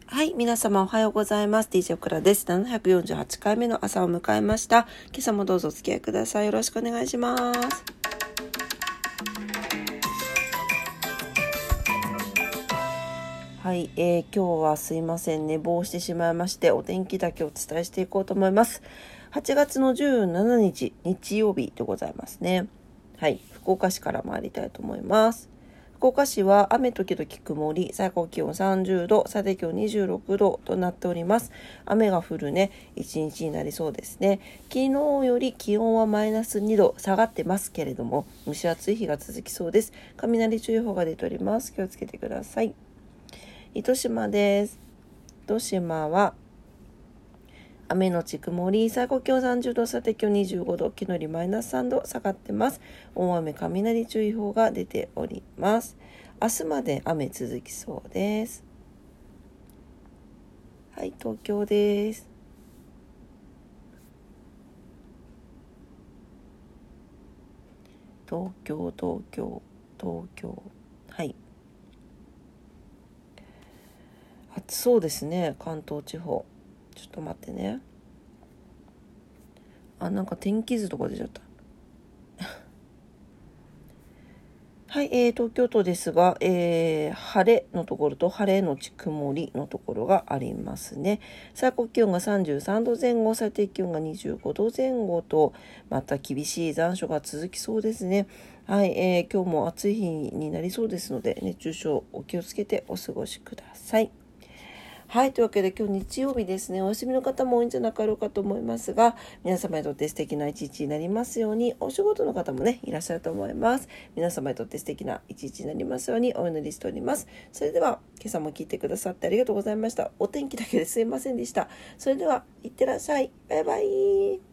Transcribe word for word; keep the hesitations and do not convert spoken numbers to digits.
はい、皆様おはようございます。ディージェー オクラです。ななひゃくよんじゅうはちかいめの朝を迎えました。今朝もどうぞお付き合いください。よろしくお願いします。はい、えー、今日はすいません、寝坊してしまいまして、お天気だけお伝えしていこうと思います。はちがつのじゅうしちにち、日曜日でございますね。はい、福岡市から参りたいと思います。福岡市は雨時々曇り、最高気温さんじゅうど、最低気温にじゅうろくどとなっております。雨が降るね、一日になりそうですね。昨日より気温はマイナスにど下がってますけれども、蒸し暑い日が続きそうです。雷注意報が出ております。気をつけてください。糸島です。糸島は雨のち曇り、最高気温さんじゅうど、最低気温にじゅうごど、昨日よりマイナスさんど下がってます。大雨雷注意報が出ております。明日まで雨続きそうです。はい、東京です。東京、東京、東京。はい。暑そうですね、関東地方。ちょっと待ってね。あ、なんか天気図とか出ちゃった。はい、えー、東京都ですが、えー、晴れのところと晴れのち曇りのところがありますね。最高気温がさんじゅうさんどぜん後、最低気温がにじゅうごどぜん後と、また厳しい残暑が続きそうですね。はい、えー、今日も暑い日になりそうですので、熱中症お気をつけてお過ごしください。はい。というわけで今日日曜日ですね。お休みの方も多いんじゃなかろうかと思いますが、皆様にとって素敵な一日になりますように、お仕事の方もね、いらっしゃると思います。皆様にとって素敵な一日になりますようにお祈りしております。それでは、今朝も聞いてくださってありがとうございました。お天気だけですいませんでした。それでは、いってらっしゃい。バイバイ。